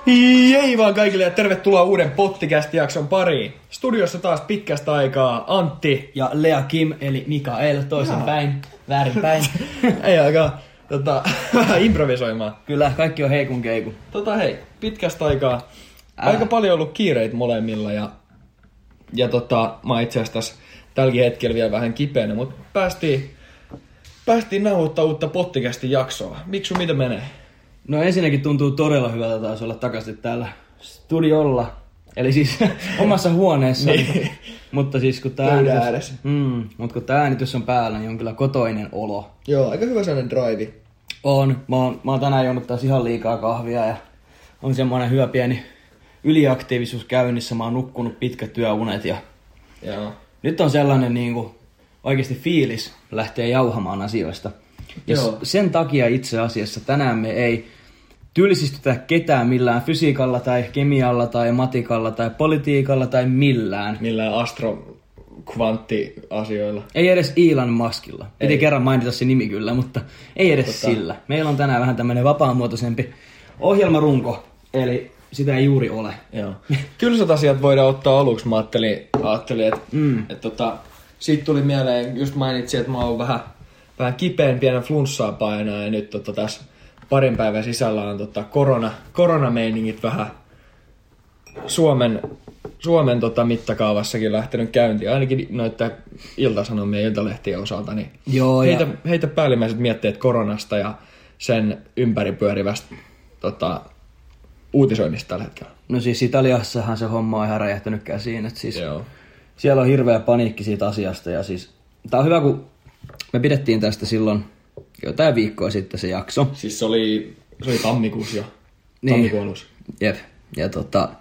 Jei vaan kaikille ja tervetuloa uuden Pottikästi-jakson pariin. Studiossa taas pitkästä aikaa Antti ja Lea Kim, eli Mikael, toisinpäin, väärinpäin. Ei aikaa vähän improvisoimaan. Kyllä, kaikki on heikun keikun. Hei, pitkästä aikaa. Aika paljon ollut kiireitä molemmilla ja mä oon itse asiassa tälläkin hetkellä vielä vähän kipeänä, mutta päästiin nauhoittaa uutta Pottikästi-jaksoa. Miksu, mitä menee? No ensinnäkin tuntuu todella hyvältä taas olla takaisin täällä studiolla. Eli siis omassa huoneessa. Niin. Mutta siis kun tää äänitys on päällä, niin on kyllä kotoinen olo. Joo, aika hyvä sellainen drive. On. Mä oon tänään juonut taas ihan liikaa kahvia ja on semmoinen hyvä pieni yliaktiivisuus käynnissä. Mä oon nukkunut pitkät työunet ja Joo. Nyt on sellainen niinku oikeasti fiilis lähtee jauhamaan asioista. Ja sen takia itse asiassa tänään me ei tylsistytä ketään millään fysiikalla tai kemialla tai matikalla tai politiikalla tai millään. Millään astrokvanttiasioilla. Ei edes Elon Muskilla. Piti kerran mainita se nimi kyllä, mutta ei edes sillä. Meillä on tänään vähän tämmönen vapaamuotoisempi ohjelmarunko, eli sitä ei juuri ole. Joo. Tylsät asiat voidaan ottaa aluksi. Mä ajattelin, että siitä tuli mieleen, just mainitsin, että mä oon vähän kipeän pienen flunssaa painaa ja nyt tässä parin päivän sisällä on koronameiningit vähän Suomen mittakaavassakin lähtenyt käyntiin, ainakin noita Ilta-Sanomien ja Iltalehtien osalta, niin joo, heitä päällimmäiset mietteet koronasta ja sen ympäripyörivästä uutisoinnista tällä hetkellä. No siis Italiassahan se homma on ihan räjähtänyt käsiin, että siis siellä on hirveä paniikki siitä asiasta ja siis tää on hyvä, kun me pidettiin tästä silloin jotain viikkoa sitten se jakso. Siis se oli tammikuussa jo. Niin. Tammikuun alussa. Jep. Ja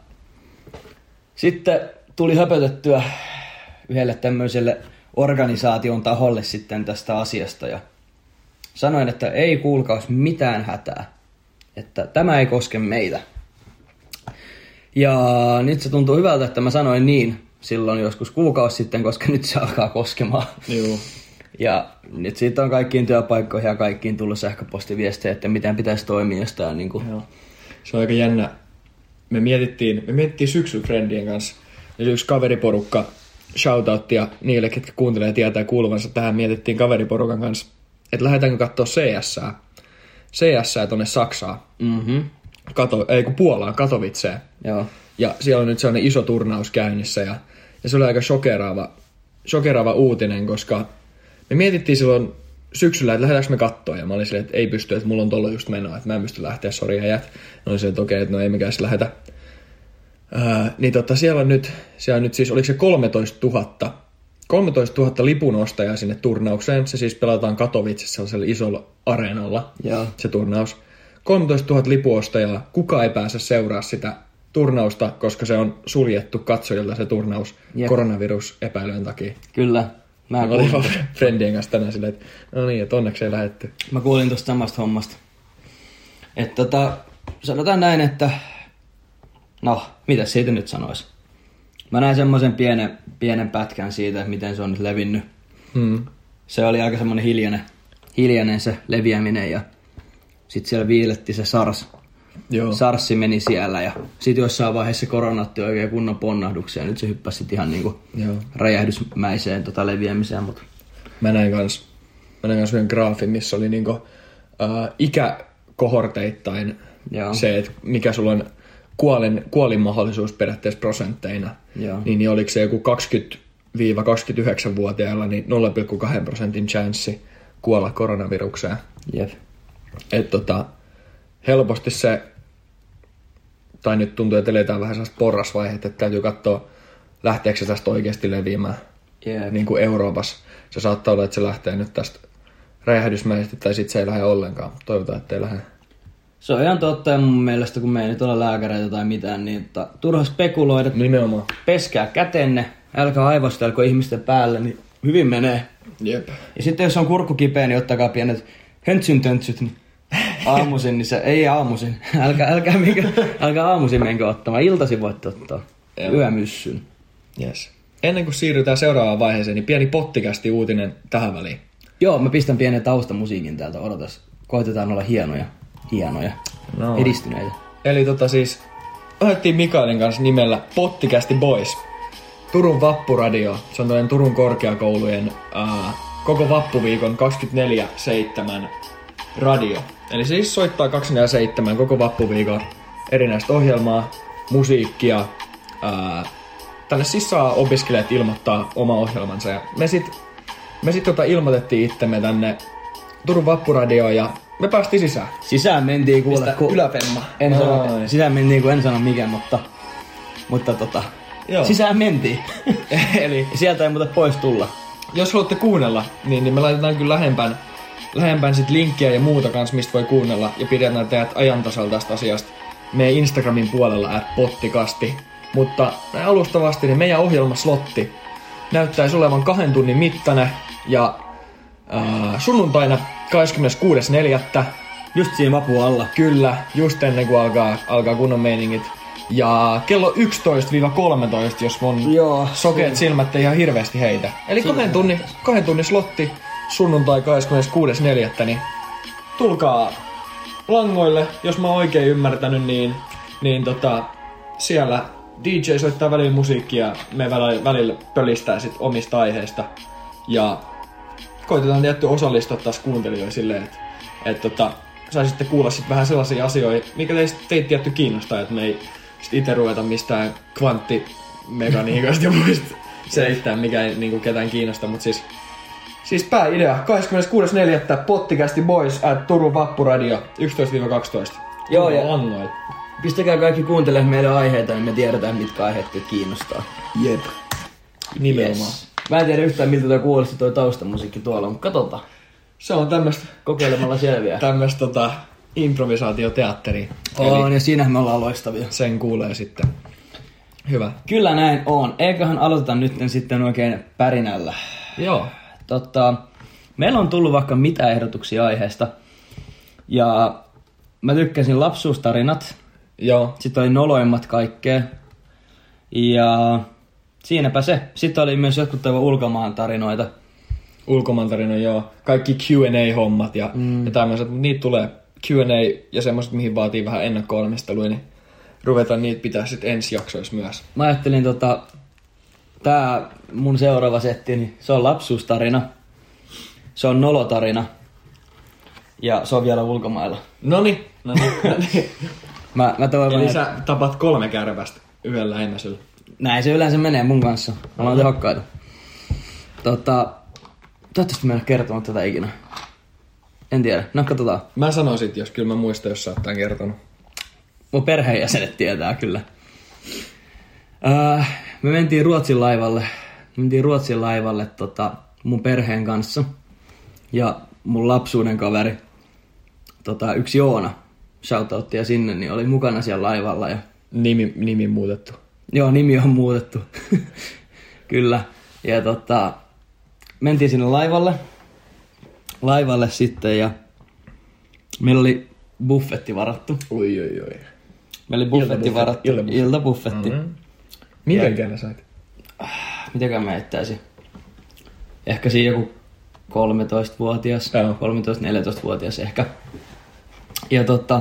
sitten tuli höpötettyä yhdelle tämmöiselle organisaation taholle sitten tästä asiasta ja sanoin, että ei kuulkaas mitään hätää. Että tämä ei koske meitä. Ja nyt se tuntuu hyvältä, että mä sanoin niin silloin joskus kuukausi sitten, koska nyt se alkaa koskemaan. Joo. Ja nyt siitä on kaikkiin työpaikkoihin ja kaikkiin tullut sähköpostiviestejä, että miten pitäisi toimia jostain. Niin kuin. Joo. Se on aika jännä. Me mietittiin syksyllä friendien kanssa. Eli yksi kaveriporukka, shoutouttia niille, ketkä kuuntelee ja tietää kuuluvansa tähän, mietittiin kaveriporukan kanssa, että lähdetäänkö katsoa CS tonne Saksaan. Mm-hmm. Puolaan, Katowiceen. Joo. Ja siellä on nyt sellainen iso turnaus käynnissä ja se oli aika shokeraava uutinen, koska me mietittiin silloin syksyllä, että lähdetäänkö me katsoa, ja mä olin silleen, että ei pysty, että mulla on tolla just menoa, että mä en pysty lähteä, sori äijät. Mä olin silleen, että okei, että no ei mekään se lähetä. Siellä on nyt siis, oliko se 13 000 lipun ostajaa sinne turnaukseen. Se siis pelataan Katowicessa sellaisella isolla areenalla, se turnaus. 13 000 lipuostajaa, kukaan ei pääse seuraa sitä turnausta, koska se on suljettu katsojilta se turnaus koronavirusepäilyjen takia. Kyllä. Mä olin vaan friendien kanssa tänään silleen, että no niin, että onneksi ei lähdetty. Mä kuulin tosta samasta hommasta. Että sanotaan näin, että no, mitä siitä nyt sanois? Mä näin semmoisen pienen pätkän siitä, että miten se on nyt levinnyt. Se oli aika semmonen hiljainen se leviäminen ja sit siellä viiletti se SARS. Joo. SARSsi meni siellä ja sit jossain vaiheessa korona otti oikein kunnon ponnahduksia ja nyt se hyppäsi sit ihan niinku räjähdysmäiseen leviämiseen. Mutta Mä näin kans yhden graafin, missä oli niinku ikäkohorteittain se, että mikä sulla on kuolinmahdollisuus periaatteessa prosentteina. Niin oliko se joku 20-29-vuotiailla niin 0,2% chanssi kuolla koronavirukseen. Jep. Että helposti se, tai nyt tuntuu, että eletään vähän sellaista porrasvaihetta, että täytyy katsoa, lähteekö se tästä oikeasti leviämään niin kuin Euroopassa. Se saattaa olla, että se lähtee nyt tästä räjähdysmäisesti, tai sitten se ei lähde ollenkaan. Toivotaan, että ei lähde. Se on ihan totta, ja mun mielestä, kun me ei nyt ole lääkäreitä tai mitään, niin turha spekuloida. Nimenomaan. Peskää kätenne, älkää aivostelko ihmisten päälle, niin hyvin menee. Jep. Ja sitten jos on kurkku kipeä, niin ottakaa pienet höntsyn-töntsyt, niin aamuisin, niin se ei aamuisin. Älkää aamuisin menkö ottamaan. Iltaisin voitte ottaa. Yömyssyn. Yes. Ennen kuin siirrytään seuraavaan vaiheeseen, niin pieni Pottikästi uutinen tähän väliin. Joo, mä pistän pienen taustamusiikin täältä. Odotas. Koitetaan olla hienoja. Edistyneitä. Eli siis otettiin Mikaelin kanssa nimellä Pottikästi Boys. Turun Vappuradio. Se on toinen Turun korkeakoulujen koko vappuviikon 24/7 radio. Eli se siis soittaa 24/7 koko vappuviikon erinäistä ohjelmaa, musiikkia. Tänne siis saa opiskelijat ilmoittaa oma ohjelmansa. Ja me sit ilmoitettiin itsemme tänne Turun Vappuradioon ja me päästiin sisään. Sisään mentiin kuule, yläpemma. Sisään mentiin, kun en sano mikä, mutta joo. Sisään mentiin. Eli sieltä ei muuten pois tulla. Jos haluatte kuunnella, niin me laitetaan kyllä lähempään sit linkkiä ja muuta kans, mistä voi kuunnella. Ja pidetään teidät ajantasalla tästä asiasta meidän Instagramin puolella @pottikasti. Mutta alustavasti niin meidän ohjelmaslotti näyttäisi olevan 2 tunnin mittainen. Ja sunnuntaina 26.4. Just siinä vapun alla. Kyllä, just ennen kuin alkaa kunnon meiningit. Ja kello 11-13, jos mun sokeet silmät ei ihan hirveästi heitä. Eli 2 tunnin slotti sunnuntai 26.4. Niin tulkaa langoille, jos mä oon oikein ymmärtänyt, niin siellä DJ soittaa välillä musiikkia, me välillä pölistää sit omista aiheista. Ja koitetaan tietty osallistua taas kuuntelijoille silleen, että saisitte kuulla sit vähän sellaisia asioita, mikä teitä tietty kiinnostaa, että me ei sit ite ruveta mistään kvanttimekaniikasta ja muista selittää, mikä ei niinku ketään kiinnosta, mutta siis pääidea 26.4. Pottikästi Boys Turun Vappuradio 11-12. Joo, ja langoilla. Pistäkää kaikki kuuntelemaan meidän aiheita, niin me tiedetään, mitkä aiheet kiinnostaa. Jep. Nimenomaan. Yes. Mä en tiedä yhtään, miltä toi kuulosti toi taustamusiikki tuolla, mutta katsotaan. Se on tämmöstä kokeilemalla selviää. Tämmöstä improvisaatioteatteria. On, ja siinähän me ollaan loistavia. Sen kuulee sitten. Hyvä. Kyllä näin on. Eiköhän aloiteta nyt sitten oikein pärinällä. Joo. Meillä on tullut vaikka mitä ehdotuksia aiheesta. Ja mä tykkäsin lapsuustarinat. Joo. Sitten oli noloimmat kaikkea. Ja siinäpä se. Sitten oli myös jotkut ulkomaan tarinoita. Ulkomaan tarinoita, joo. Kaikki Q&A-hommat ja tämmöiset. Niitä tulee Q&A ja semmoiset, mihin vaatii vähän ennakko-valmistelua, niin ruvetaan niitä pitää sitten ensi jaksoissa myös. Mä ajattelin tää mun seuraava setti, niin se on lapsuustarina. Se on nolotarina. Ja se on vielä ulkomailla. Noniin. Mä toivon, eli sä tapat 3 kärpästä yhdellä lähimmäisellä. Näin se yleensä menee mun kanssa. Me ollaan tehokkaita. Toivottavasti mä en ole kertonut tätä ikinä. En tiedä. No, katsotaan. Mä sanoisin, jos kyllä mä muistan, jos sä oot tämän kertonut. Mun perheenjäsenet tietää kyllä. Me mentiin Ruotsin laivalle mun perheen kanssa. Ja mun lapsuuden kaveri, yksi Joona, shoutouttia sinne, niin oli mukana siellä laivalla. Ja Nimi muutettu. Joo, nimi on muutettu. Kyllä. Ja mentiin sinne laivalle sitten ja meillä oli buffetti varattu. Oi. Meillä oli buffetti varattu. Iltabuffetti. Mm-hmm. Miten ikinä sait? Mitäkään mä ettäisin? Ehkä siinä joku 13-vuotias. 13-14-vuotias ehkä. Ja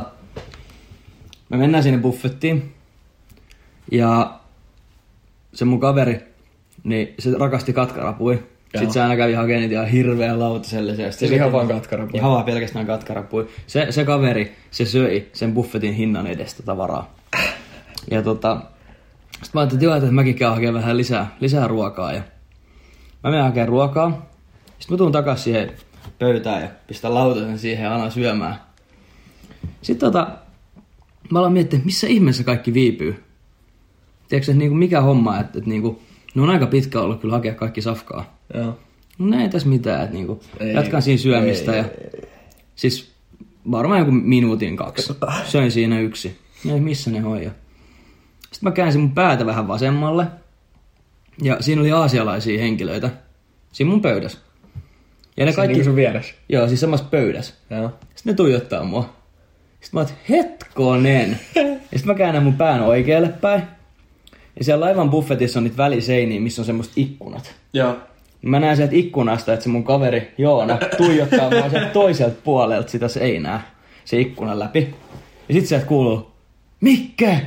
me mennään sinne buffettiin. Ja se mun kaveri, niin se rakasti katkarapui. Sitten se aina kävi hakemaan niitä ihan hirveän lautaselle. Siis ihan vaan katkarapui. Ihan vaan pelkästään katkarapui. Se kaveri, se söi sen buffetin hinnan edestä tavaraa. Ja sitten mä ajattelin, että mäkin käyn hakemaan vähän lisää ruokaa. Ja mä menen hakemaan ruokaa. Sitten mä tuun takaisin siihen pöytään ja pistän lautasen siihen ja alan syömään. Sitten mä aloin miettiä, missä ihmeessä kaikki viipyy. Tiedätkö, että mikä homma, että ne on aika pitkä ollut kyllä hakea kaikki safkaa. Joo. No ei tässä mitään, että jatkan siinä syömistä. Siis varmaan joku minuutin 2. Söin siinä 1. No missä ne on jo. Sitten mä käänsin mun päätä vähän vasemmalle. Ja siinä oli aasialaisia henkilöitä. Siinä mun pöydässä. Ja ne kaikki... sun vieressä? Joo, siis samassa pöydässä. Joo. Sitten ne tuijottaa mua. Sitten mä oot, hetkonen. Ja sitten mä käännän mun pään oikealle päin. Ja siellä laivan buffetissa on niitä väliseiniä, missä on semmoset ikkunat. Joo. Mä näen sieltä ikkunasta, että se mun kaveri Joona tuijottaa mua sieltä toiselta puolelta sitä seinää, se ikkunan läpi. Ja sit sieltä kuuluu, Mikke!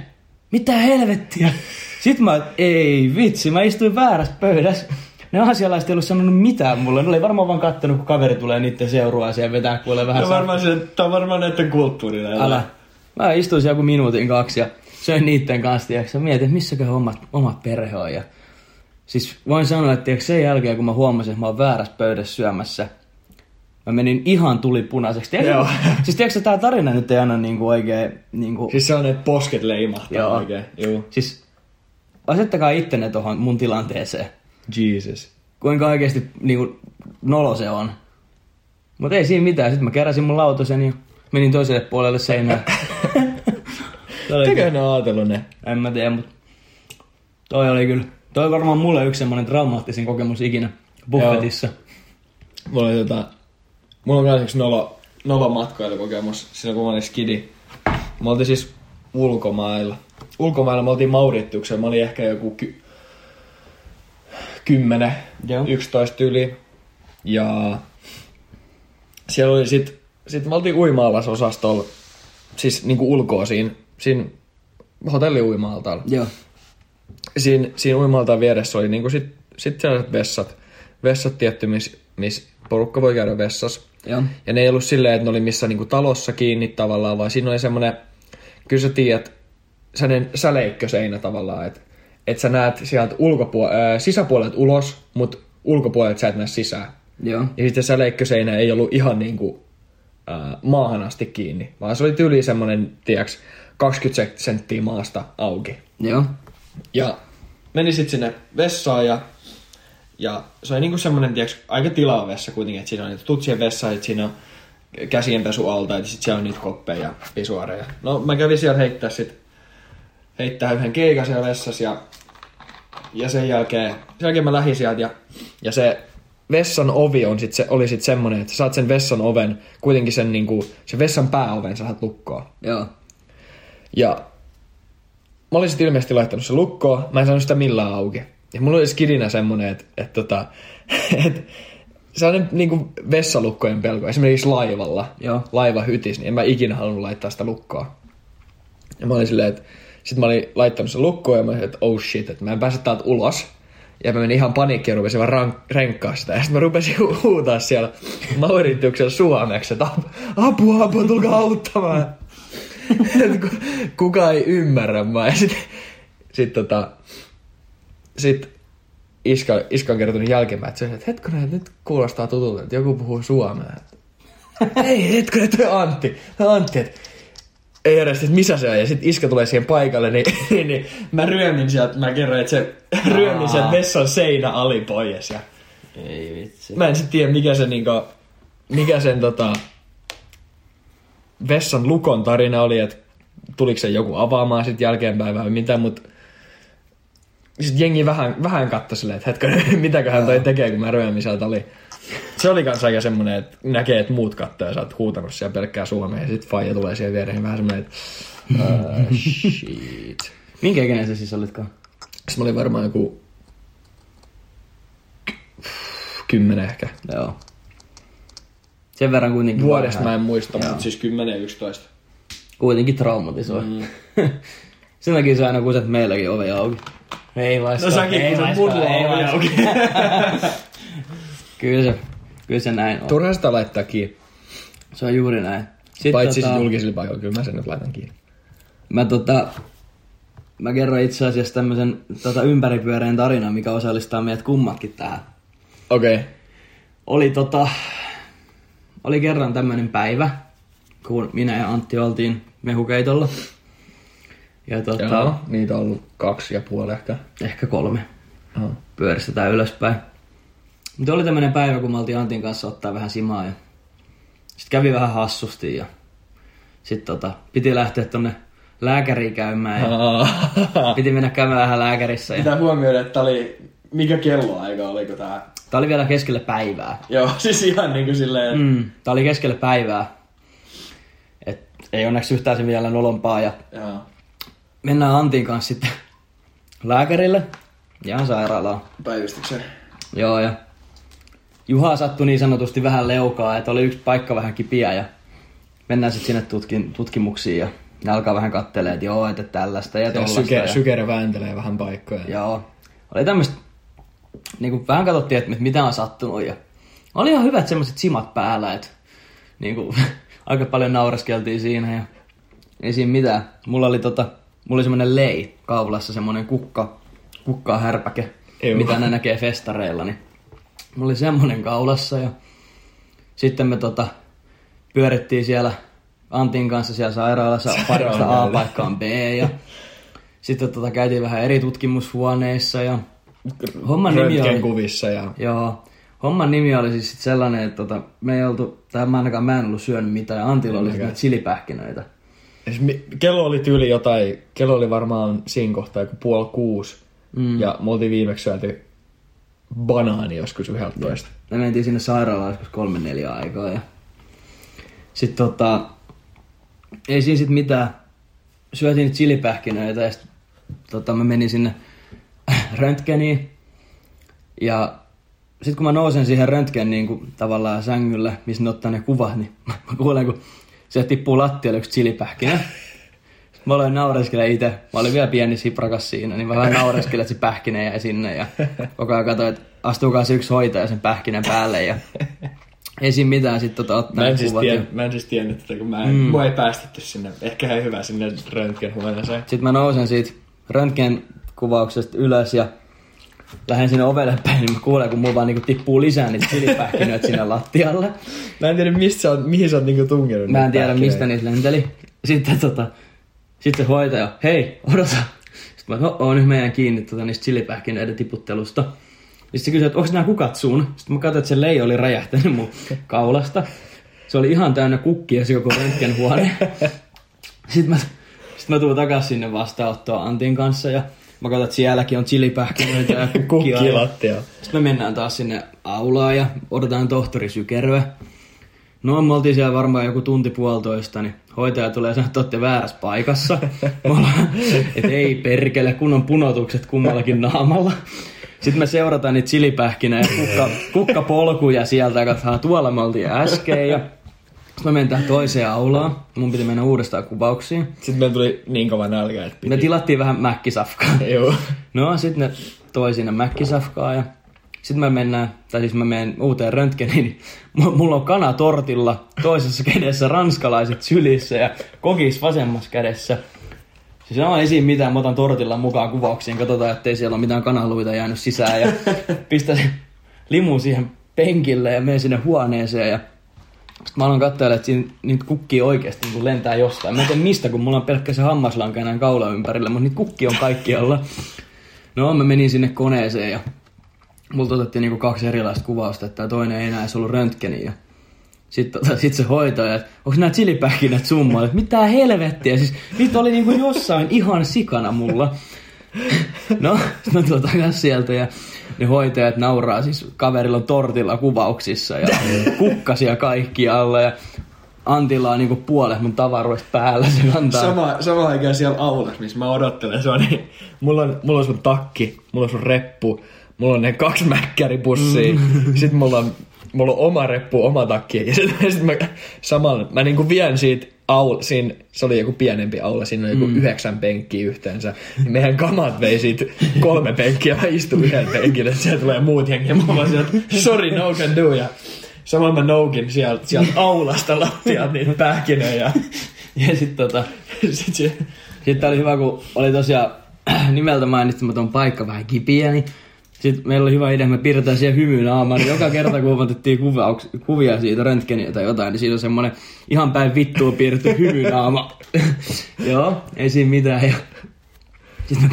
mitä helvettiä? Sitten mä, ei vitsi, mä istuin väärässä pöydässä. Ne asialaiset ei ollut sanonut mitään mulle. Ne oli varmaan vaan kattonut, kun kaveri tulee niitten seuruaan ja vetää kuulee vähän. Tämä on varmaan näiden kulttuurilla. Älä. Mä istuin siellä joku minuutin 2 ja söin niitten kanssa. Ja mietin, että missäkään omat perhe on. Ja siis voin sanoa, että sen jälkeen, kun mä huomasin, että mä oon väärässä pöydässä syömässä, mä menin ihan tulipunaiseksi. Siis tiedätkö, tää tarina nyt ei anna niinku oikein... Niinku... Siis se on, että posket leimahtaa oikein. Joo. Siis asettakaa ittenne tohon mun tilanteeseen. Jesus. Kuinka oikeesti niinku nolo se on. Mut ei siinä mitään. Sitten mä keräsin mun lautasen ja menin toiselle puolelle seinään. Mitäköhän ne on ajatellut ne? En mä tiedä, mut toi oli kyllä. Toi on varmaan mulle yksi semmonen traumaattisin kokemus ikinä buffetissa. Mulla on myös yksi nolo matkailukokemus siinä kun mä olin skidi. Mä oltiin siis ulkomailla. Ulkomailla me oltiin Mauritiuksella. Mä olin ehkä joku 10, 11 yli. Ja siellä oli sit me oltiin uima-alasosastolla. Siis niinku ulkoa siinä hotelli-uima-altaalla. Joo. Siinä uima-altaan vieressä oli niinku sit sellaiset vessat tietty, missä porukka voi käydä vessassa. Joo. Ja ne ei ollut silleen, että ne oli missään niinku talossa kiinni tavallaan, vaan siinä oli semmonen, kyllä sä tiedät, sellainen säleikköseinä tavallaan, että sä näet sieltä sisäpuolelta ulos, mutta ulkopuolelta sä et näe sisään. Joo. Ja sitten säleikköseinä ei ollut ihan niinku maahan asti kiinni, vaan se oli tyyli semmonen, tiedäks, 20 senttiä maasta auki. Joo. Ja meni sit sinne vessaan ja se oli niinku semmonen, tiiäks, aika tilaa vessa kuitenkin, että siinä on niitä tutsien vessaa, että siinä on käsienpesu alta, ja sit siellä on niitä koppeja ja pisuareja. No mä kävin siellä heittää yhden keikan siellä vessassa ja sen jälkeen mä lähdin sieltä ja se vessan ovi oli sit semmonen, että sä saat sen vessan oven, kuitenkin sen niinku, se vessan pääoven sä saat lukkoa. Joo. Ja mä olin sit ilmeisesti laittanut se lukkoon, mä en saanut sitä millään auki. Ja mulla oli skidinä semmonen, että sellainen niinku vessalukkojen pelko, esimerkiksi laivalla, laiva hytis, niin en mä ikinä halunnut laittaa sitä lukkoa. Ja mä olin silleen, että sit mä olin laittanut sen lukkoon ja mä olin, että oh shit, että mä en pääse täältä ulos. Ja mä menin ihan paniikkiin ja rupesin vaan renkkaa sitä. Ja sit mä rupesin huutaa siellä Mauritiuksella suomeksi, että apua, tulkaa auttamaan. Kukaan ei ymmärrä mä. Ja sit Iska on kertonut jälkeenpäin, että hetkonen, nyt kuulostaa tutulta, että joku puhuu suomea. Ei, hetkonen, toi Antti, että ei edes, että missä se on. Ja sit Iska tulee siihen paikalle, niin mä ryömin sieltä, mä kerron, että se ryömin sieltä vessan seinä ali pois. Ja ei vitsi. Mä en sit tiedä, mikä sen vessan lukon tarina oli, että tuliko se joku avaamaan sit jälkeenpäin vai mitä, mutta sitten jengi vähän katsoi silleen, että hetken, mitäköhän toi tekee, kun mä ryömin sieltä oli. Se oli kans aika semmonen, että näkee, että muut katsoo ja sä oot huutanut siellä pelkkää suomea. Ja sit faija tulee siihen viereen vähän semmonen, että shit. Minkä ikäinen sä siis olitkaan? Mä olin varmaan joku 10 ehkä. Joo. Sen verran kuitenkin. Vuodesta mä en muista, mutta siis 10 ja 11. Kuitenkin traumatisoi. Sen takia sä aina kuset meilläkin ovi auki. Ei vaiskaan. No säkin kuset mulla ovi auki. Kyllä se näin on. Turha sitä laittaa kiinni. Se on juuri näin. Sitten paitsi julkisilla paikalla, kyllä mä sen nyt laitan kiinni. Mä kerron itse asiassa tämmösen ympäripyöreän tarinan, mikä osallistaa meidät kummatkin tähän. Okei. Okay. Oli kerran tämmönen päivä, kun minä ja Antti oltiin mehukeitolla. Ja joo, niitä on ollut 2,5 ehkä. Ehkä 3. Pyöristetään ylöspäin. Mutta oli tämmönen päivä, kun me oltiin Antin kanssa ottaa vähän simaa ja sit kävi vähän hassusti ja sit piti lähteä tonne lääkäriin käymään ja piti mennä käymään vähän lääkärissä. Pitää huomioida, että mikä kelloaika oliko tää? Tää oli vielä keskelle päivää. Joo, siis ihan niinku silleen. Tää oli keskelle päivää. Et ei onneksi yhtään se vielä nolompaa ja mennään Antin kanssa sitten lääkärille ja sairaalaan. Päivystykseen. Joo, ja Juha sattui niin sanotusti vähän leukaa, että oli yksi paikka vähän kipiä ja mennään sitten sinne tutkimuksiin ja ne alkaa vähän kattelemaan, että joo, että tällaista ja tollaista. Sykere vääntelee vähän paikkoja. Joo. Oli tämmöistä, niinku vähän katsottiin, että mitä on sattunut ja oli ihan hyvät semmoiset simat päällä, että niinku aika paljon naureskeltiin siinä ja ei siinä mitään. Mulla oli semmonen lei kaulassa, semmonen kukkaa härpäke, mitä ne näkee festareilla, niin mulla oli semmonen kaulassa ja sitten me pyörittiin siellä Antin kanssa siellä sairaalassa paikasta A paikkaan B ja sitten käytiin vähän eri tutkimushuoneissa ja homman nimi oli kuvissa ja joo. Homman nimi oli siis sellainen, että me ei oltu, mä en ollut syönyt mitään ja Antilla oli sitten chilipähkinöitä. Kello oli tyyli jotain, kello oli varmaan siinä kohtaa joku 5:30 ja me oltiin viimeksi syöty banaani joskus 11. Me mentiin sinne sairaalaan joskus 3-4 aikaa ja sitten ei siinä sit mitään, syötiin niitä chilipähkinöitä ja sitten mä menin sinne röntgeniin ja sitten kun mä nousen siihen röntgen niin tavallaan sängyllä, missä ne ottaa ne kuvat, niin mä kuulen, kun se tippuu lattialle yksi chilipähkinä. Sitten mä aloin naureskelemaan itse. Mä olin vielä pieni siprakas siinä, niin mä vähän naureskelen, että se pähkinä jäi sinne. Ja koko ajan katsoin, että astuukaan se yksi hoitaja sen pähkinän päälle. Ja ei siinä mitään sitten ottaa kuvat. Mä en siis tiennyt tätä, kun mua ei päästetty sinne. Ehkä ei hyvä sinne röntgenhuoneeseen. Sitten mä nousen siitä röntgenkuvauksesta ylös ja lähden sinne ovelle päin, niin mä kuulen, kun mulla vaan niinku tippuu lisää niitä chilipähkinöitä sinne lattialle. Mä en tiedä, mihin sä oot niinku tunkenut. Mä en tiedä, mistä niitä lenteli. Sitten se hoitaja, hei, odota. Sitten mä nyt meidän kiinni niistä chilipähkinöiden tiputtelusta. Sitten se kysyi, että onko nämä kukat sun? Sitten mä katsoin, että se lei oli räjähtänyt mun kaulasta. Se oli ihan täynnä kukkia se koko röntgenhuone. Sitten mä tuun takas sinne vastaanottoon Antin kanssa ja mä katsoin, että sielläkin on chilipähkinöitä ja kukkia. Lattia. Sitten me mennään taas sinne aulaan ja odotetaan tohtori Sykeröä. No, me oltiin siellä varmaan joku tunti puolitoista, niin hoitaja tulee sanoa, että olette väärässä paikassa. Että ei perkele, kun on punotukset kummallakin naamalla. Sitten me seurataan niitä chilipähkinä ja kukkapolkuja sieltä ja katsotaan, tuolla me oltiin äsken. Ja sitten me mennään toiseen aulaan. Mun piti mennä uudestaan kuvauksiin. Sitten meillä tuli niin kova nälkä, että piti. Me tilattiin vähän mäkkisafkaa. Joo. No, sitten ne toi sinne mäkkisafkaa ja sitten mä menen uuteen röntgeniin. Niin mulla on kana tortilla, toisessa kädessä ranskalaiset sylissä ja kokis vasemmassa kädessä. Siis ei siinä mitään, mä otan tortilla mukaan kuvauksiin, katsotaan, ettei siellä ole mitään kanaluita jäänyt sisään. Ja pistän sen limun siihen penkille ja menen sinne huoneeseen. Ja sitten mä aloin katsella, että siinä niitä kukkia oikeasti niin lentää jostain. Mä en tiedä mistä, kun mulla on pelkkä se hammaslanka enää kaula ympärillä, mutta niitä kukkia on kaikkialla. No, mä menin sinne koneeseen ja multa otettiin niinku 2 erilaista kuvausta, että toinen ei enää edes ollut röntgeniä. Sitten se hoitaja, että onko nämä chilipähkinät summaa, että mitä helvettiä, siis niitä oli niinku jossain ihan sikana mulla. No, sitten mä tuon takas sieltä ja ne hoitajat nauraa, siis kaverilla on tortilla kuvauksissa ja kukkasia kaikki alla ja Antilla on niinku puolet mun tavaroista päällä. Se kantaa. Sama aikaan siellä aulassa, missä mä odottelen. Se on niin, mulla on sun takki, mulla on sun reppu, mulla on ne 2 mäkkäripussia, sitten mulla on oma reppu, oma takki. Ja sitten mä niinku vien siitä siinä, se oli joku pienempi aula, siinä oli joku 9 penkkiä yhteensä. Niin meidän kamat vei siitä 3 penkkiä, mä istun yhden penkille, että siellä tulee muut jengiä. Mä vaan sieltä, sorry, no can do. Ja samalla mä noukin sieltä aulasta lattialta niitä pähkinöjä. Ja sitten oli hyvä, kun oli tosiaan nimeltä mainitsematon paikka vähän kipiä, niin sitten meillä oli hyvä idea, me piirretään siihen hymynaamaan, niin joka kerta kun otettiin kuvia siitä röntgeniä tai jotain, niin siinä on semmoinen ihan päin vittuun piirretty hymynaama. Joo, ei siinä mitään. Ja sitten me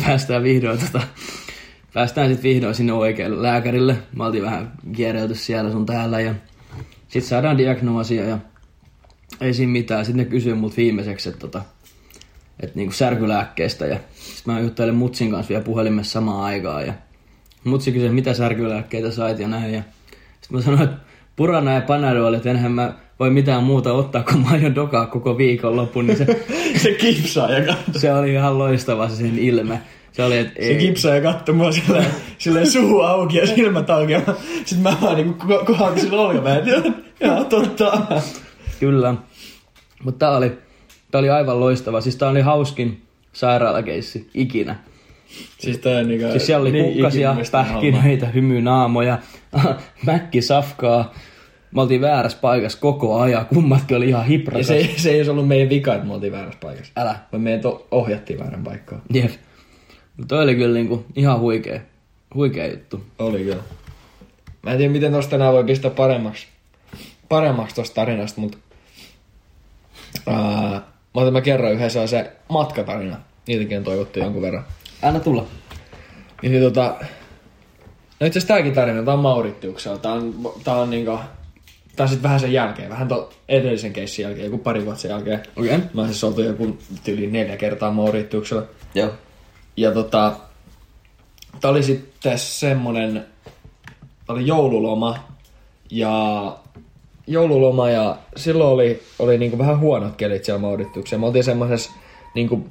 päästään sitten vihdoin sinne oikealle lääkärille. Me oltiin vähän kierrelty siellä sun täällä ja sitten saadaan diagnoosia ja ei siinä mitään. Sitten ne kysyy mut viimeiseksi, että niinku särkylääkkeestä ja sitten mä juttelen Mutsin kanssa vielä puhelimessa samaan aikaan ja Mutsi kysyi, mitä särkylääkkeitä sait ja näin. Ja sitten mä sanoin, että Purana ja Panadol, että enhän mä voi mitään muuta ottaa, kun mä aion dokaa koko viikonlopun. Niin se kipsaa ja katsoi. Se oli ihan loistava se sen ilme. Se kipsaa ja katsoi mua silleen suu auki ja silmät auki. Sitten mä vaan niinku kohautin sillä olkapäätä. Joo, totta. Kyllä. Mutta tää oli Tää oli aivan loistava. Siis tää oli hauskin sairaalakeissi ikinä. Siis siellä oli kukkasia, pähkinöitä, hymynaamoja, mäkkisafkaa. Me oltiin väärässä paikassa koko ajan. Kummatkin oli ihan hiprakas. Ja se ei ollut meidän vika, että me oltiin väärässä paikassa. Älä. Vaan meidät ohjattiin väärän paikkaan. Jep. Mutta toi oli kyllä niinku ihan huikea juttu. Oli kyllä. Mä en tiedä, miten tosta enää voi pistää paremmaksi tosta tarinasta, mutta mä kerron yhden sellaisen matkatarina. Niitäkin on toivottu jonkun verran. Anna tulla. Niin no itse asiassa tääkin tarina, tää on Mauritiuksella. Tää on sit vähän sen jälkeen, vähän edellisen keissin jälkeen, joku pari vuotta sen jälkeen. Okei. Mä oon siis oltu joku yli 4 kertaa Mauritiuksella. Joo. Ja tää oli sitten semmonen, oli joululoma ja silloin oli niinku vähän huonot kelit siellä Mauritiuksella. Me oltiin semmosessa niinku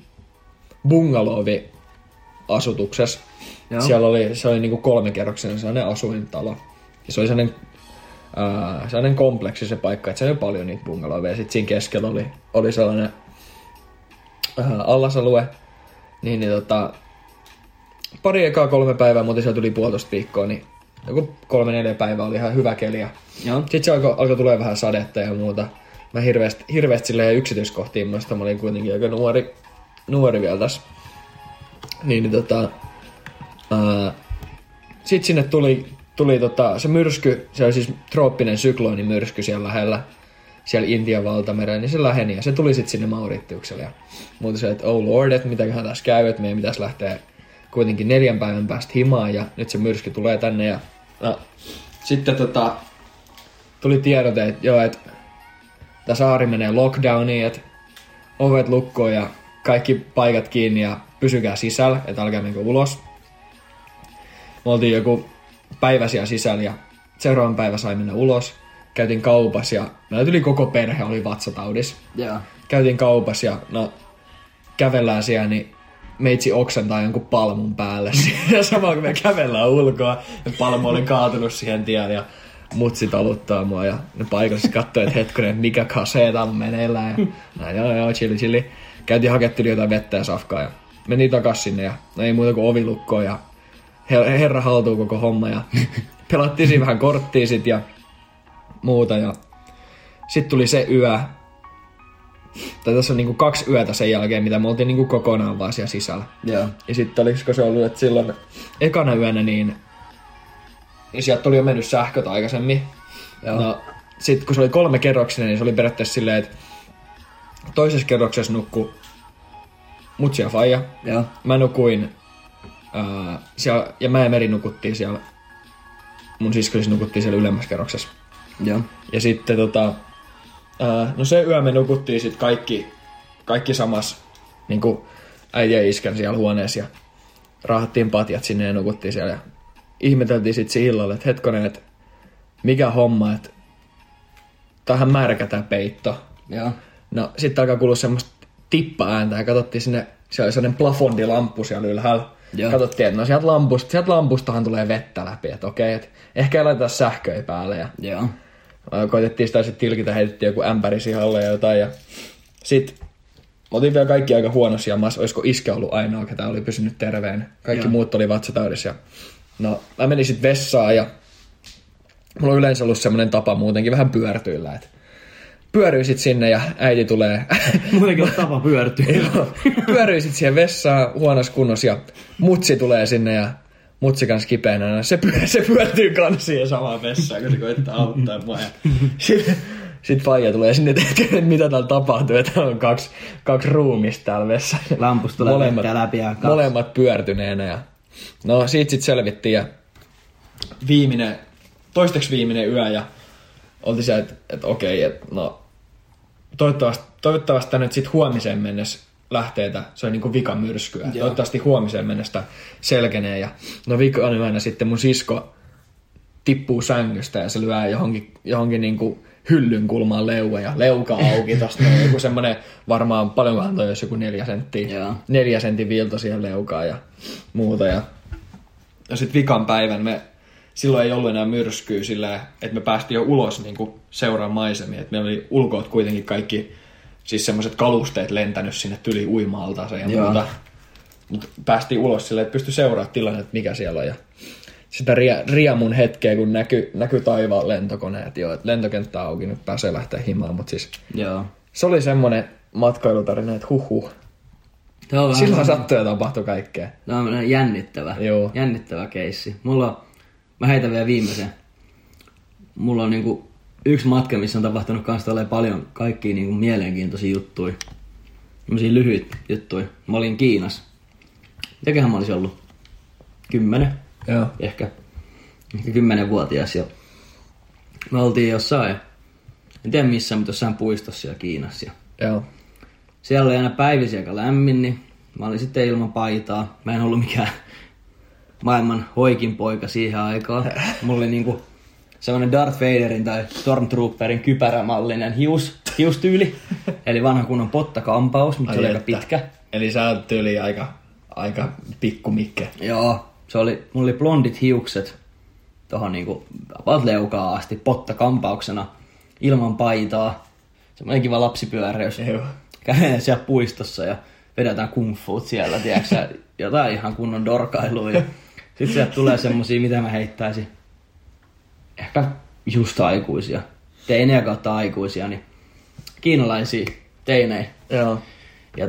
bungalovi-asutuksessa. Joo. Se oli niinku 3-kerroksinen sellainen asuintalo. Ja se oli sellainen kompleksi se paikka, että se oli paljon niitä bungaloveja. Sitten siinä keskellä oli sellainen allasalue. Pari ekaa 3 päivää, mutta sieltä tuli 1,5 viikkoa, niin joku 3-4 päivää oli ihan hyvä keli. Sitten se alkoi tulee vähän sadetta ja muuta. Mä hirveästi silleen yksityiskohtiin, mä olin kuitenkin aika nuori vielä tässä. Sitten sinne tuli se myrsky, se oli siis trooppinen syklonimyrsky siellä lähellä, siellä Intian valtamerellä, niin se läheni ja se tuli sitten sinne Mauritiukselle. Ja muuta se, että oh lord, että mitäköhän tässä käy, että meidän pitäisi lähteä kuitenkin 4 päivän päästä himaan ja nyt se myrsky tulee tänne. Ja sitten tuli tiedote, että joo, että tämä saari menee lockdowniin, että ovet lukkoon ja kaikki paikat kiinni ja pysykää sisällä, että älkää menkö ulos. Me oltiin joku päivä siellä sisällä ja seuraavan päivä sai mennä ulos. Käytiin kaupassa ja meillä yli koko perhe oli vatsataudissa. Yeah. Käytiin kaupassa ja kävellään siellä, niin meitsi oksentaa jonkun palmun päälle. Ja samalla kun me kävellään ulkoa, ja palmu oli kaatunut siihen tielle ja mutsi taluttaa mua. Ja ne paikalliset katsoi, että hetkonen, mikä kaseeta on meneillään. Ja näin, joo, chilli. Käytiin haketteli jotain vettä ja safkaa ja meni takas sinne ja ei muuta kuin ovilukkoon ja herra haltuu koko homma ja pelattiin siinä vähän korttia sit ja muuta ja sit tuli se yö, tai tässä on niinku 2 yötä sen jälkeen, mitä me oltiin niinku kokonaan vaan siellä sisällä. Yeah. Ja sit olisiko se ollut, että silloin ekana yönä niin sieltä tuli jo mennyt sähköt aikaisemmin. Yeah. No sit kun se oli 3-kerroksinen, niin se oli periaatteessa silleen, että toisessa kerroksessa nukkui mutsi ja faija. Yeah. Mä nukuin siellä, ja mä ja Meri nukuttiin siellä, mun siskoisi nukuttiin siellä ylemmässä kerroksessa. Yeah. Ja sitten no se yö me nukuttiin sit kaikki samassa, niinku äiti ja iskän siellä huoneessa ja raahattiin patjat sinne ja nukuttiin siellä ja ihmeteltiin sit illalla, että hetkonen, että mikä homma, että tämähän märkä tää peitto. Yeah. No sitten alkaa kuulua semmoista tippa-ääntä ja katsottiin sinne, siellä oli sellainen plafondilamppu siellä ylhäällä. Joo. Katsottiin, että no sieltä lampustahan tulee vettä läpi, että okei, että ehkä ei laiteta sähköä päälle. Ja joo. Koitettiin sitä sitten tilkitä, heitettiin joku ämpäri siihen alle ja jotain. Ja sit oltiin vielä kaikki aika huonossa jamassa, olisiko iskä ollut ainoa, ketä oli pysynyt terveen. Kaikki muut oli vatsataudissa. No mä menin sit vessaan ja mulla on yleensä ollut semmoinen tapa muutenkin vähän pyörtyillä, että pyöryin sit sinne ja äiti tulee. Muutenkin on tapa pyörtyä. Pyöryin sit siihen vessaan huonossa kunnossa ja mutsi tulee sinne ja mutsi kans kipeänä. Se pyörtyy kans siihen samaan vessaan, kun se koittaa auttaa mua. Sit faija tulee sinne, että mitä täällä tapahtuu. Että on kaksi ruumista täällä vessassa. Lampusta tulee vettä läpi ja kaksi. Molemmat pyörtyneenä. Ja no siitä sit selvittiin ja toisteksi viimeinen yö ja oltiin siellä, että okei, että no toivottavasti nyt sit huomiseen mennessä lähtee, se on niinku vikamyrskyä. Toivottavasti huomiseen mennessä selkenee. Ja no viikon yönä sitten mun sisko tippuu sängystä ja se lyö johonkin niinku hyllyn kulmaan leuan ja leuka auki tosta. Joku semmonen varmaan paljonkohan toi olisi joku 4 senttiä. 4 sentin viilto siihen leukaan ja muuta. Ja sit vikan päivän silloin ei ollut enää myrskyä sillä, että me päästiin jo ulos niin seuraan maisemia. Et meillä oli ulkoot kuitenkin siis semmoiset kalusteet lentänyt sinne tyli uima-altaaseen ja muuta. Mutta päästiin ulos silleen, että pystyi seuraamaan tilannetta, mikä siellä on. Ja sitä riemun hetkeä, kun näkyi taivaan lentokoneet, joo, että lentokenttä on auki, nyt pääsee lähteä himaan, mutta siis se oli semmoinen matkailutarina, että silloin sattui ja tapahtui kaikkea. Tämä on jännittävä keissi. Mä heitän vielä viimeisen. Mulla on niinku yksi matka, missä on tapahtunut kanssa paljon kaikkia niinku mielenkiintoisia juttuja. Sellaisia lyhyitä juttuja. Mä olin Kiinassa. Mitäköhän mä olisin ollut? 10. Joo. Ehkä 10-vuotias. Ja me oltiin jossain, en tiedä missään, mutta jossain puistossa siellä Kiinassa. Joo. Siellä oli aina päivisin aika lämmin, niin mä olin sitten ilman paitaa. Mä en ollut mikään maailman hoikin poika siihen aikaan. Mulla oli niinku sellainen Darth Vaderin tai Stormtrooperin kypärämallinen hiustyyli. Eli vanha kunnon pottakampaus, mutta se oli aika pitkä. Eli sä oot tyyli aika pikkumikke. Joo, mulla oli blondit hiukset tohon niinku about leukaa asti pottakampauksena ilman paitaa. Semmoinen kiva lapsipyöräys. Käydään siellä puistossa ja vedetään kung fuut siellä, tiedätkö, jotain ihan kunnon dorkailua. Sitten sieltä tulee semmosia, mitä mä heittäisin. Ehkä just aikuisia. Teinejä kautta aikuisia, niin kiinalaisia teinejä. Joo. Ja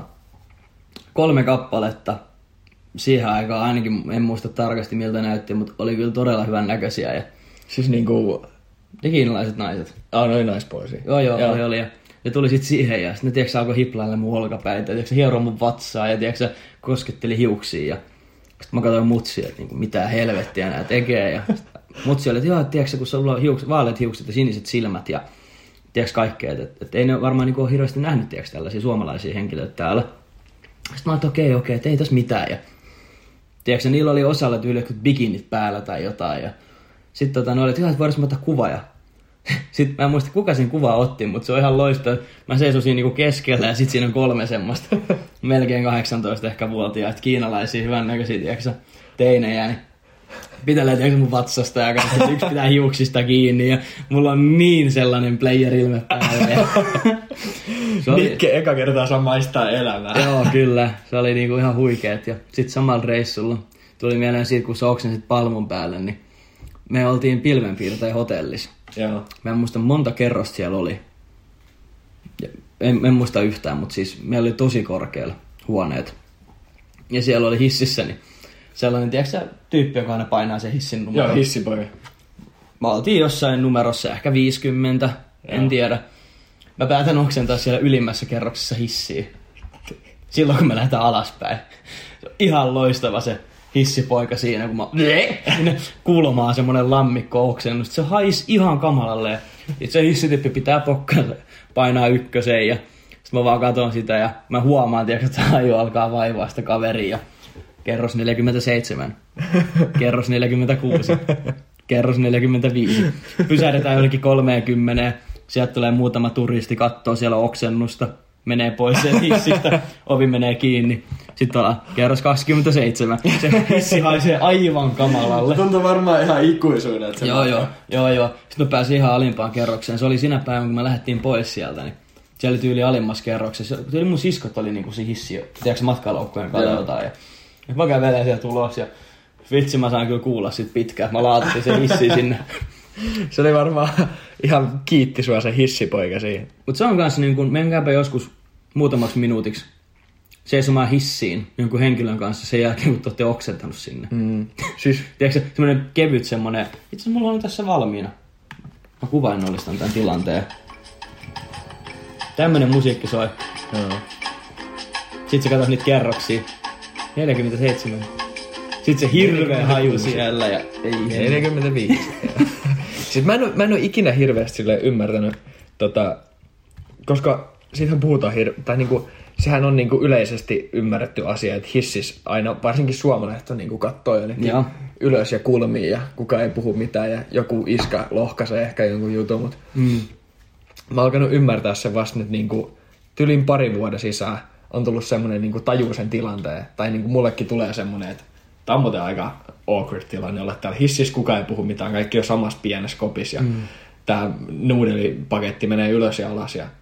3 kappaletta. Siihen aikaan ainakin, en muista tarkasti miltä näytti, mutta oli kyllä todella hyvän näköisiä. Ja siis niinku ne kiinalaiset naiset. Ne oli naispuolisia. Joo. Oli. Ja tuli sit siihen ja sitten ne tiiäksä alkoi hiplailla mun olkapäitä. Ja tiiäksä hieroi mun vatsaa ja tiiäksä kosketteli hiuksia. Ja sitten mä katsoin mutsia, että niinku, mitä helvettiä nää tekee. Ja mutsi oli, että joo, tiiäksä kun sulla on vaaleat hiukset ja siniset silmät ja tiiäksä kaikkea. Että ei ne varmaan niinku ole hirveästi nähnyt tiiäksä tällaisia suomalaisia henkilöitä täällä. Sitten mä olin, että okei, että ei tässä mitään. Ja tiiäksä, niillä oli osalla tyyli jotkut bikinit päällä tai jotain. Ja sitten ne oli, että voidaan ottaa kuva. Ja sitten mä en muista, kuka sen kuvaa otti, mutta se on ihan loistava. Mä seisun siinä niinku keskellä ja sitten siinä on 3 semmoista melkein 18 ehkä vuotiaat kiinalaisia hyvännäköisiä, tiiäksä, teinejä. Niin pitelee tiiäksä mun vatsasta ja katsotaan, yksi pitää hiuksista kiinni ja mulla on niin sellainen player-ilme päällä. Mikke eka kertaa saa maistaa elämää. Joo, kyllä. Se oli niinku ihan huikeet. Ja sit samalla reissulla tuli mieleen siitä, kun sä oksensit palmun päälle, niin me oltiin pilvenpiirtäjä hotellissa. Joo. Mä en muista monta kerrosta siellä oli. En muista yhtään, mutta siis meillä oli tosi korkealla huoneet. Ja siellä oli hississä niin sellainen, tiedätkö tyyppi, joka aina painaa sen hissin numero. Joo, hissipoika. Me oltiin jossain numerossa ehkä 50, en tiedä. Mä päätän oksentaa siellä ylimmässä kerroksessa hissiin. Silloin kun me lähdetään alaspäin. Se on ihan loistava se hissipoika siinä, kun mä kulmaa semmonen lammikko oksennut. Se haisi ihan kamalalle. Se hissitippi pitää pokkalle, painaa 1 ja sitten mä vaan katon sitä ja mä huomaan, että haju alkaa vaivaa sitä kaveria. Kerros 47, kerros 46, kerros 45. Pysähdetään jollekin 30. Sieltä tulee muutama turisti, kattoo siellä oksennusta, menee pois sen hissistä, ovi menee kiinni. Sitten ollaan kerros 27. Se hissi haisee aivan kamalalle. Tuntuu varmaan ihan ikuisuudet. Joo. Sitten mä pääsin ihan alimpaan kerrokseen. Se oli sinä päivänä, kun me lähdettiin pois sieltä. Niin siellä oli tyyli alimmassa kerroksessa. Tyyli mun siskot oli niinku se hissi, tiedätkö matkalaukkujen katsotaan. Ja mä kävelen sieltä ulos ja vitsi mä saan kyllä kuulla sit pitkään. Mä laatasin sen hissiin sinne. Se oli varmaan ihan kiitti sua se hissipoika siihen. Mut se on kans niin kun, menkääpä joskus muutamaksi minuutiksi seisomaan hissiin jonkun henkilön kanssa sen jälkeen, kun te ootte oksentanut sinne. Siis tiedätkö semmonen kevyt semmonen, itse asiassa mulla on tässä valmiina. Mä kuvainnollistan tän tilanteen. Tämmönen musiikki soi. Joo. Sit sä katsot niitä kerroksia. 47. Sit se hirveä haju siellä ja ei 45. Siis mä en oo ikinä hirveästi silleen ymmärtänyt, koska siitähän puhutaan tai niinku, sehän on niinku yleisesti ymmärretty asia, että hissis aina, varsinkin suomalaiset on niinku kattoo jonnekin ylös ja kulmiin ja kukaan ei puhu mitään ja joku iskä lohkaisee ehkä jonkun jutun, mutta mä oon alkanut ymmärtää sen vasta nyt niinku tylin 2 vuoden sisään on tullut semmonen niinku taju sen tilanteen, tai niinku mullekin tulee semmonen, että tää on muuten aika awkward tilanne olla täällä hississä, kukaan ei puhu mitään, kaikki on samassa pienessä kopissa ja tää nuudelipaketti menee ylös ja alas ja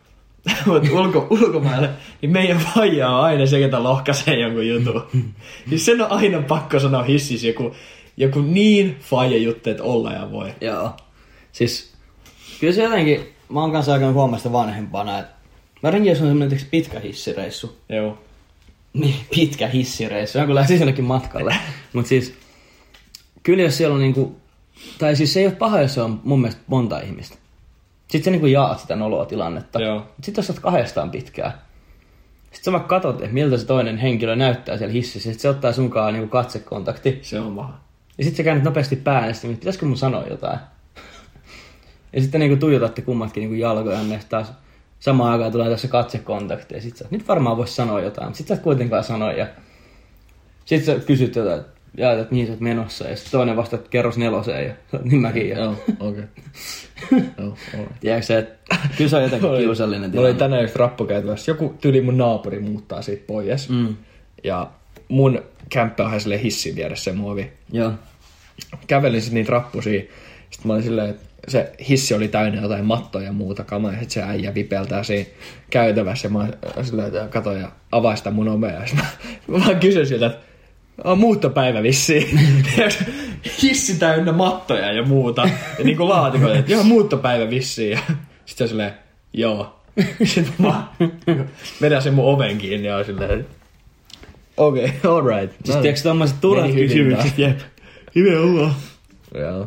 Mutta ulkomaille, niin meidän faija on aina se, ketä lohkaisee jonkun jutun. Siis sen on aina pakko sanoa hississä joku niin faija juttu, että olla ja voi. Joo. Siis, kyllä se jotenkin, mä oon kanssa aika huomasta vanhempana, että varsinkin jos on semmoinen pitkä hissireissu. Joo. Niin, pitkä hissireissu, on kun lähti sinnekin matkalle. Mut siis, kyllä jos siellä on niinku, tai siis se ei ole paha, jos se on mun mielestä monta ihmistä. Sitten sä niinku jaat sitä noloa tilannetta. Sitten jos sä oot kahdestaan pitkään. Sitten sä vaikka katot, että miltä se toinen henkilö näyttää siellä hississä. Sitten se ottaa sunkaan niinku katsekontakti. Se on paha. Ja sitten sä käännät nopeasti pään, ja sitten pitäisikö mun sanoa jotain. Ja sitten niinku tuijotatte kummatkin niinku jalkojanne. Taas samaan aikaan tulee tässä katsekontakti. Ja sit sä, nyt varmaan vois sanoa jotain. Mutta sit sä et kuitenkaan sanoa. Ja sit sä kysyt jotain, että mihin sä oot menossa. Ja sitten toinen vastaa, että kerros 4. Ja niin mäkin. Joo, okei. Tiedätkö se, että kyllä se on jotenkin kiusallinen tilanne. Mulla oli tänään just rappukäytävässä. Joku tyli mun naapuri muuttaa siitä pois. Ja mun kämppä on silleen hissin vieressä se muovi. Joo. Kävelin sitten niitä rappusia. Sitten mä olin silleen, että se hissi oli täynnä jotain mattoja ja muuta kamaa. Ja sit se äijä vipeltää siinä käytävässä. Ja mä silleen, että katoin ja avain sitä mun ovea. Ja mä vaan kysyin siltä, että on muuttopäivä vissiin. Hissi täynnä mattoja ja muuta. Ja niinku laatikoita, että joo, muuttopäivä vissiin. Ja sit se on silleen, joo. Sitten mä vedän sen mun oven kiinni ja on silleen, okei, alright. Siis tiedätkö tommoset turhat kysymykset? Jep. Hyvä olla. Joo.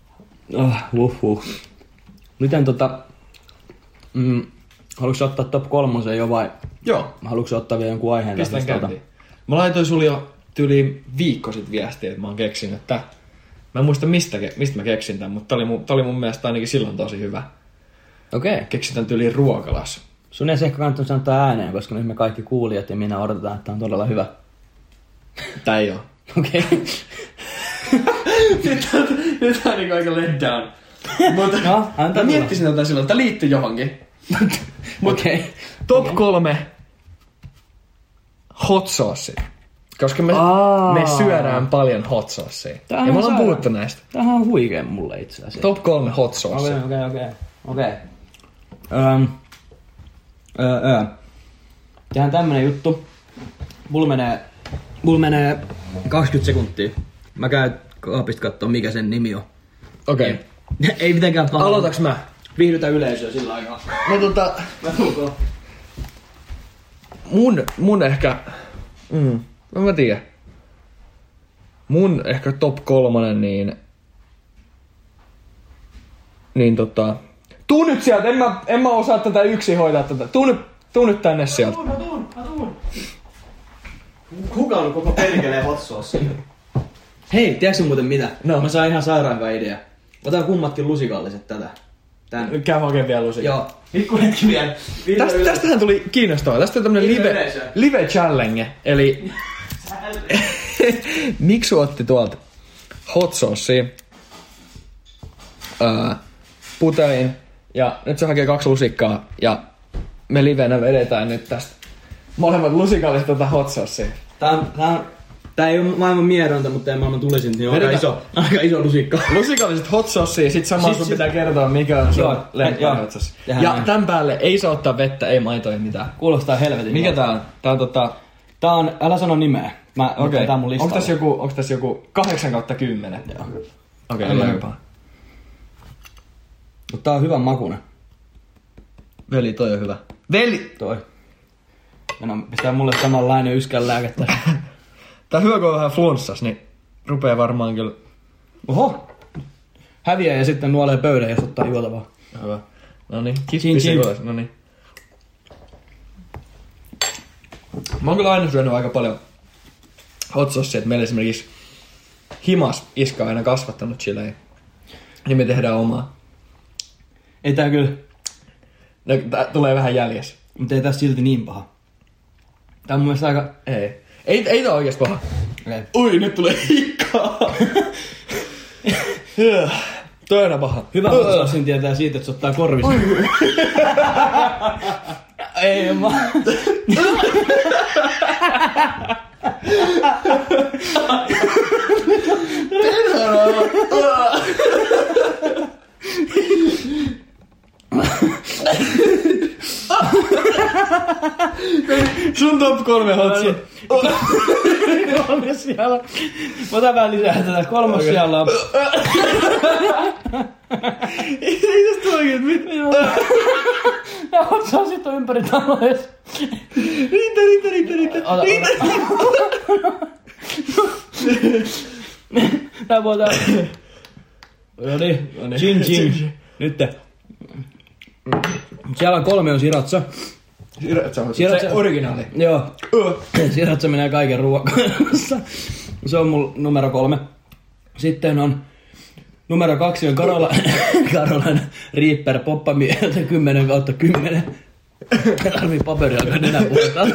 Miten haluatko ottaa top 3 jo vai? Joo. Haluatko ottaa vielä jonkun aiheen? Pistän käyntiin. Mä laitoin sulle jo tyyliin viikko sit viestiä, että mä oon keksinyt, että mä en muista mistä mä keksin tän, mutta tää oli mun mielestä ainakin silloin tosi hyvä. Okei. Keksin tän tyyliin ruokalassa. Sun ei se ehkä kannattaa sanoa ääneen, koska nyt me kaikki kuulijat ja minä odotetaan, että tää on todella hyvä. Tää ei oo. Okei. Nyt on niinku aika let down. Mutta mä miettisin tätä silloin, tää liittyy johonkin. Okei. Top 3 hot sauce. Koska me syödään paljon hot saucea. Ja me ollaan puhuttu näistä. Tämähän on huikea mulle itse asiassa. Top 3 hot sauce. Okei. Tehdään tämmönen juttu. Mulla menee 20 sekuntia. Mä käyn kaapista kattoo mikä sen nimi on. Okei. Ei mitenkään pahaa. Aloitaks mä? Viihdytä yleisöä sillä aikaa. Mä tulkoon. Mun ehkä... mä tiedän. Mun ehkä top 3 niin tuu nyt sieltä, en mä osaa tätä yksin hoitaa tätä. Tuu nyt tänne sieltä. Mä tuun. Kuka on koko perkeleen hot sauce? Hei, tiedätkö muuten mitä? No. Mä sain ihan sairaan hyvä idea. Otan kummatkin lusikalliset tätä. Tän. Käy hakemaan vielä lusikaa. Joo. Pikku hetki vielä. Tästähän tuli kiinnostavaa. Tästä on tämmönen live challenge. Eli Miksu otti tuolta hot saucea putelin ja nyt se hakee 2 lusikkaa ja me livenä vedetään nyt tästä molemmat lusikalliset hot saucea. Tää ei ole maailman miedonta, mutta ei maailman tulisin, niin on aika iso lusikka. Lusikalliset hot saucea, sit samalla sun pitää kertoa mikä on sun lemppari hot sauce. Ja tän päälle ei saa ottaa vettä, ei maitoa, ei mitään. Kuulostaa helvetin. Mikä tää on? Tää on, älä sano nimeä. Okei. Tää on mun listalla. Onks tässä joku 8/10? Joo. Okei, ei jopa. Mutta tää on hyvän makuinen. Veli, toi on hyvä. Veli! Toi. Pistää mulle samanlainen yskän lääkettä. Tää on hyvä, kun on vähän flunssas, niin rupee varmaan kyllä... Oho! Häviää ja sitten nuolee pöydän, jos ottaa juotavaa. Hyvä. Noniin, kippi sekois. Noniin. Mä oon kyllä aina syönyt aika paljon hot saucea, että meillä esimerkiksi himas iska on aina kasvattanut chilejä. Niin me tehdään omaa. Ei tää kyllä... No, tää tulee vähän jäljessä. Mutta ei tää silti niin paha. Tää on mun mielestä aika... Ei tää oikeesti paha. Okay. Ui, nyt tulee hikkaa. Toi on paha. Hyvä hot tietää siitä, että se ottaa korvissa. Ei mä... Sun top 3 hotsi. Kolmas siellä. Mä otan vähän lisää tätä. Kolmas siellä on. Ei tästä oikein mitään. Nää otsaa sit on ympäri taloja. Riitä. Nää voidaan... Noniin. Chin. Nytte. Siellä on 3 on Siratsa. Siratsa originaali. Joo. Siratsa menee kaiken ruoan kanssa. Se on mulla numero 3. Sitten on numero 2 on Caroline Reaper poppamieheltä 10/10. Tarvii paperia, joka nenä puhutaan.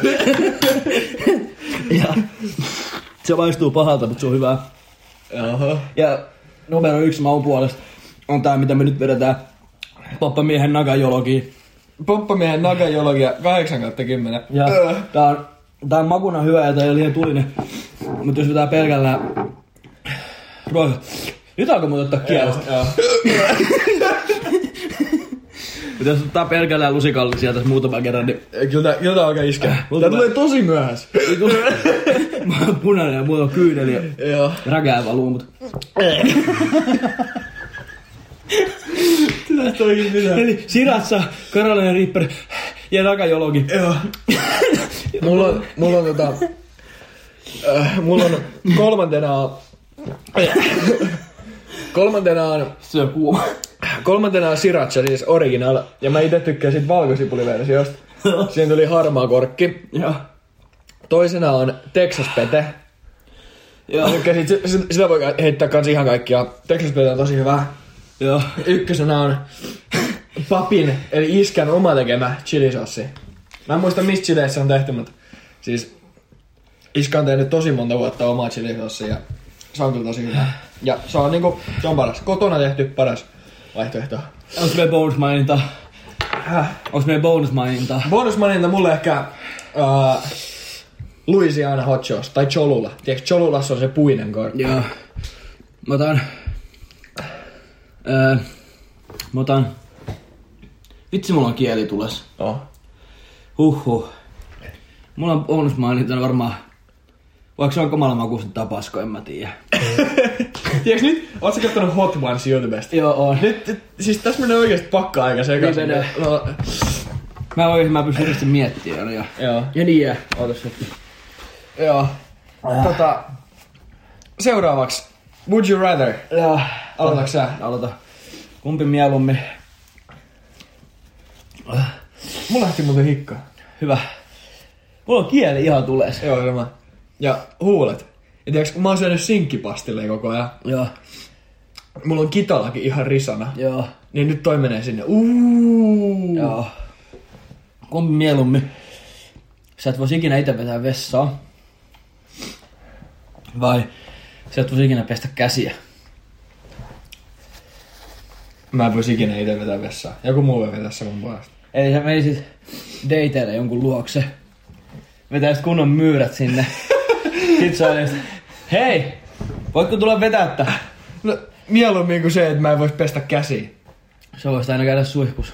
Ja se maistuu pahalta, mutta se on hyvää. Jaha. Ja numero 1 maun puolesta on tää, mitä me nyt vedetään. Poppamiehen Nagajologi. Poppamiehen Nagajologia 8/10. Ja tää on makuna hyvä ja tää ei ole liian tulinen. Mutta jos vetää pelkällä ruoka. Nyt alkoi muuten ottaa kielestä. Joo. Mutta jos ottaa pelkällä lusikallisia tässä muutaman kerran, niin... Kyllä tää alkaa iskeä. Tää tulee tosi myöhässä. Mä oon punainen ja mulla on kyyneli ja Joo. räkää valuu, mut... Tästä oikein mitään. Eli Siratsa, Caroline Reaper ja Nagajologi. Joo. Mulla on kolmantena on Se on kuuma. kolmantena on Sriracha, siis original. Ja mä ite tykkään sit valkosipuliversiosta. Siinä tuli harmaa korkki. Joo. Toisena on Texas Pete. Joo. Sitä voi heittää kans ihan kaikkia. Texas Pete on tosi hyvä. Joo. Ykkösenä on Papin, eli iskän oma tekemä chilisossi. Mä en muista mistä chileissä on tehty, mutta siis iskä on tehnyt tosi monta vuotta omaa chilisossia ja se on kyllä tosi hyvä. Ja se on niinku, se on paras. Kotona tehty paras vaihtoehto. Onks meidän bonusmaininta? Bonusmaininta mulle ehkä Louisiana Hot Sauce tai Cholula. Tiedätkö, Cholulassa on se puinen korkki. Joo. Mä otan... Vitsi, mulla on kieli tules. Oh. Huhhuh. Mulla on bonusmaininta varmaan... Vaikka se on kamala makuista tai pasko, en mä tiedä. Tiedätkö nyt? Ootko kattonut Hot Ones YouTubesta? Joo, on. Nyt, siis tässä menee oikeesti pakka-aika sekaisin. Niin menee. Mä pystyn yhdessä miettimään. Ja niin jää. Ootas nyt. Joo. Seuraavaksi. Would you rather? Joo. Aloitatko sä? Aloita. Kumpi mieluummin? Mulla lähti muuten hikka. Hyvä. Mulla on kieli ihan tules. Joo, sama. Ja huulet. Ja tiiäks, kun mä oon syönyt sinkkipastille koko ajan. Joo. Mulla on kitalakin ihan risana. Joo. Niin nyt toi menee sinne. Joo. Kumpi mieluummin? Sä et vois ikinä ite vetää vessaa. Vai sä et vois ikinä pestä käsiä. Mä en vois ikinä ite vetää vessaa. Joku muu voi vetää sen mun puolesta. Eli sä menisit dateille jonkun luokse. Vetäisit kunnon myyrät sinne. Sit sä olisit, hei, voitko tulla vetää tää? No, mieluummin kuin se, että mä en vois pestä käsiä. Sä voisit aina käydä suihkus.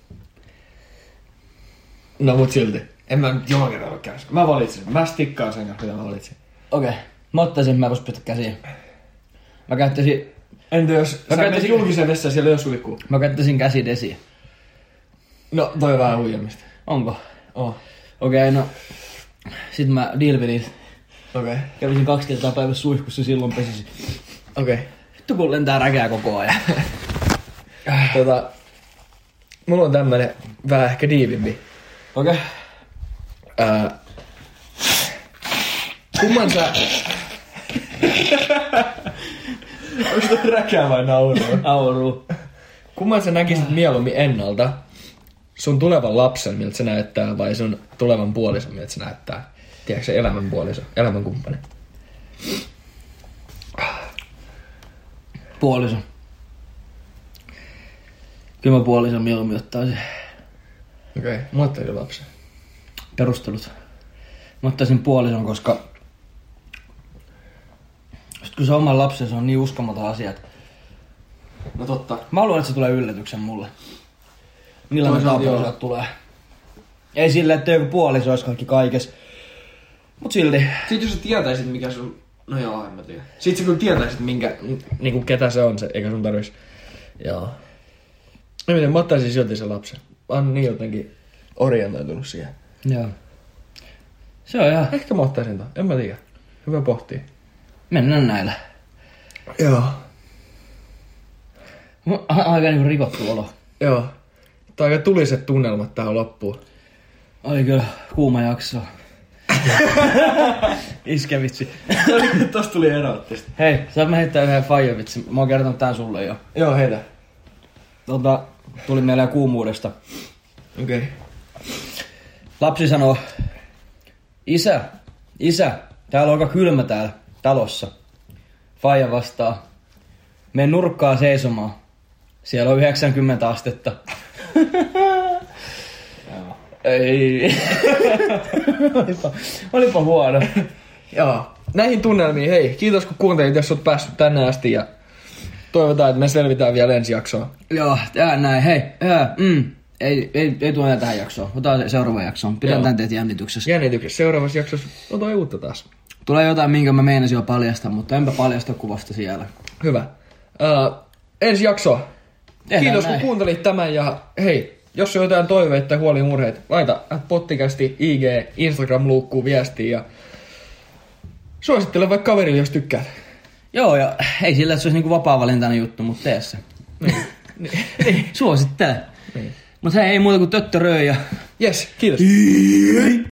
No mut silti. En mä nyt joka kerran ole käynyt. Mä valitsin. Mä stikkaan sen kanssa, mitä mä valitsin. Okei. Mä ottaisin, että mä vois pestä käsiä. Mä käyttäisin... Entä jos sä menet julkiseen vessaan, siellä ei oo suihkuu? Mä käyttäisin käsidesiä. No, toi on vähän huijamista. Onko? Oh. Okei, no... Sit mä dealvilin. Okei. Kävisin 2 kertaa päivässä suihkussa, silloin pesisin. Okei. Vittu kun lentää räkää koko ajan. Mulla on tämmönen vähän ehkä diivimpi. Okei. Kumman sä... Onko toi räkää vai naurua? Nauruu. Kumman sä näkisit mieluummin ennalta? Sun tulevan lapsen, miltä se näyttää, vai sun tulevan puolison, miltä se näyttää? Tiedätkö se elämän puoliso, elämän kumppani? Puoliso. Kyllä mä puolison mieluummin ottaisin. Okei, mä ottaisin lapsen. Perustelut. Mä ottaisin puolison, koska... Sitten kun se oman lapsen, se on niin uskomaton asia, että... No totta. Mä haluan, että se tulee yllätyksen mulle. Millainen taapeli tulee. Ei silleen, että joku puoliso olisi kaikki kaikessa. Mut silti. Sitten jos sä tietäisit, mikä sun... No joo, en mä tiedä. Sitten sä kyllä tietäisit, niinku ketä se on se, eikä sun tarvis... Joo. No miten, mä ottaisin silti sen lapsen. Mä oon niin jotenkin orientoitunut siihen. Joo. Se on ihan... Ehkä mä ottaisin ton, en mä tiedä. Hyvä pohtia. Mennään näillä. Joo. Aika niinku rikottu olo. Joo. Tää on aika tuliset tunnelmat tähän loppuun. Oli kyllä kuuma jakso. Iskä vitsi. Tosta tuli eroottista. Hei, saat mä heittää yhden faijavitsin. Mä oon kertonut tän sulle jo. Joo, heitä. Tuli mieleen kuumuudesta. Okei. Okay. Lapsi sanoo, isä, täällä on aika kylmä täällä talossa. Faija vastaa, mene nurkkaa seisomaan. Siellä on 90 astetta. Ei. Olipa huono. Joo. Näihin tunnelmiin, hei, kiitos kun kuuntelit, jos oot päässyt tänne asti ja toivotaan, että me selvitään vielä ensi jaksoa. Joo, näin, hei. Ei tule enää tähän jaksoon. Otetaan seuraava jaksoon. Pidetään teitä jännityksessä. Seuraavassa jaksossa otetaan uutta taas. Tulee jotain, minkä mä meinasin jo paljastaa, mutta enpä paljasta kuvasta siellä. Hyvä. Ensi jakso. Tehdään kiitos näin. kun kuuntelit tämän ja hei, jos on jotain toiveita tai huolimurheita, laita pottikästi IG, Instagram-luukkuun viestiä ja suosittele vaikka kaverille, jos tykkäät. Joo, ja ei sillä, että se olisi niinku vapaa-valintainen juttu, mutta tee se. Suosittele. Mutta hei, ei muuta kuin töttöröö ja... Yes, kiitos.